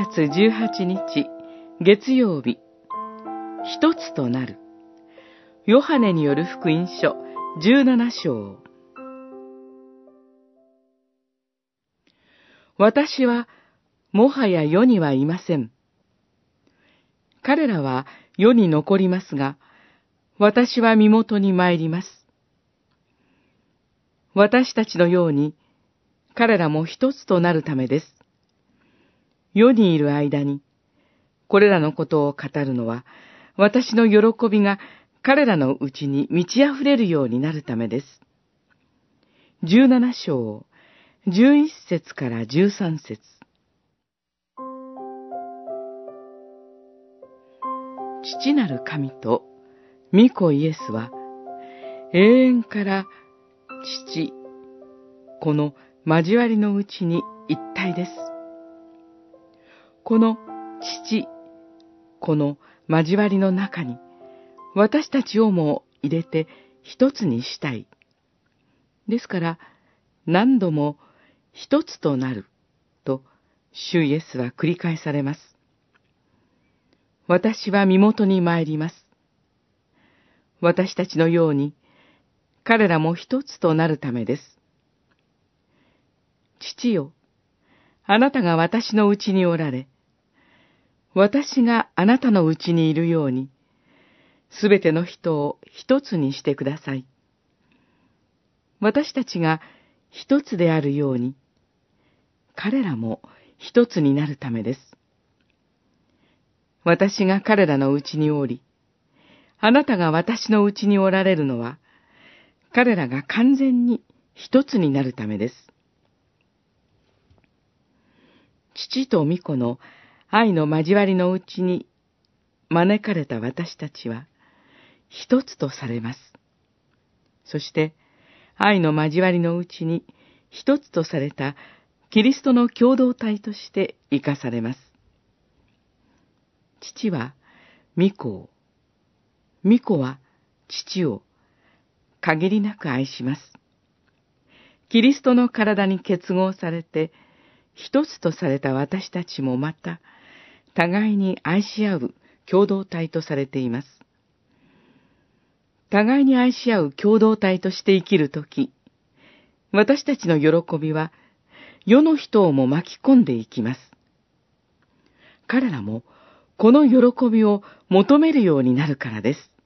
月18日、月曜日、一つとなる。ヨハネによる福音書17章。私はもはや世にはいません。彼らは世に残りますが、私は身元に参ります。私たちのように、彼らも一つとなるためです。世にいる間に、これらのことを語るのは、私の喜びが彼らのうちに満ち溢れるようになるためです。17章、11節から13節。父なる神と御子イエスは、永遠から父、この交わりのうちに一体です。この父、この交わりの中に、私たちをも入れて一つにしたい。ですから、何度も一つとなると、主イエスは繰り返されます。私は身元に参ります。私たちのように、彼らも一つとなるためです。父よ、あなたが私のうちにおられ、私があなたのうちにいるように、すべての人を一つにしてください。私たちが一つであるように、彼らも一つになるためです。私が彼らのうちにおり、あなたが私のうちにおられるのは、彼らが完全に一つになるためです。父と御子の愛の交わりのうちに招かれた私たちは一つとされます。そして愛の交わりのうちに一つとされたキリストの共同体として生かされます。父は御子を、御子は父を限りなく愛します。キリストの体に結合されて一つとされた私たちもまた互いに愛し合う共同体とされています。互いに愛し合う共同体として生きるとき、私たちの喜びは世の人をも巻き込んでいきます。彼らもこの喜びを求めるようになるからです。